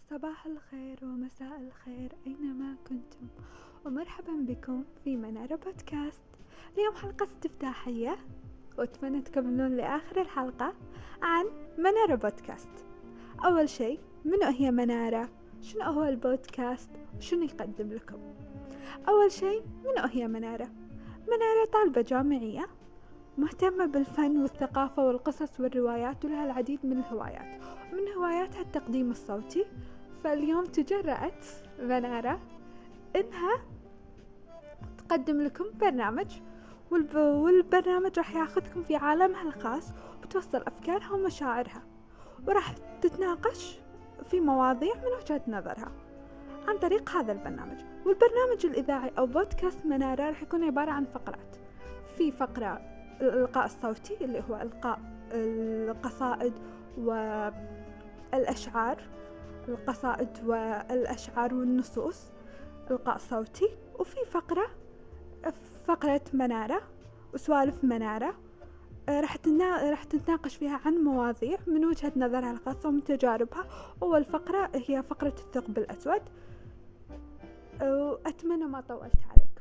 صباح الخير ومساء الخير أينما كنتم، ومرحبا بكم في منارة بودكاست. اليوم حلقة استفتاحية وأتمنى تكملون لآخر الحلقة عن منارة بودكاست. أول شيء، منو هي منارة؟ شنو هو البودكاست؟ وشنو يقدم لكم؟ أول شيء، منو هي منارة؟ منارة طالبة جامعية مهتمة بالفن والثقافة والقصص والروايات، ولها العديد من الهوايات، ومن هواياتها التقديم الصوتي. فاليوم تجرأت منارة إنها تقدم لكم برنامج، والبرنامج راح ياخذكم في عالمها الخاص وتوصل أفكارها ومشاعرها، وراح تتناقش في مواضيع من وجهة نظرها عن طريق هذا البرنامج. والبرنامج الإذاعي أو بودكاست منارة راح يكون عبارة عن فقرات. في فقرة الإلقاء الصوتي اللي هو إلقاء القصائد والأشعار، القصائد والأشعار والنصوص، إلقاء صوتي. وفي فقرة منارة وسوالف منارة، راح تتناقش فيها عن مواضيع من وجهة نظرها الخاصة ومن تجاربها. أول فقرة هي فقرة الثقب الأسود، وأتمنى ما طولت عليك.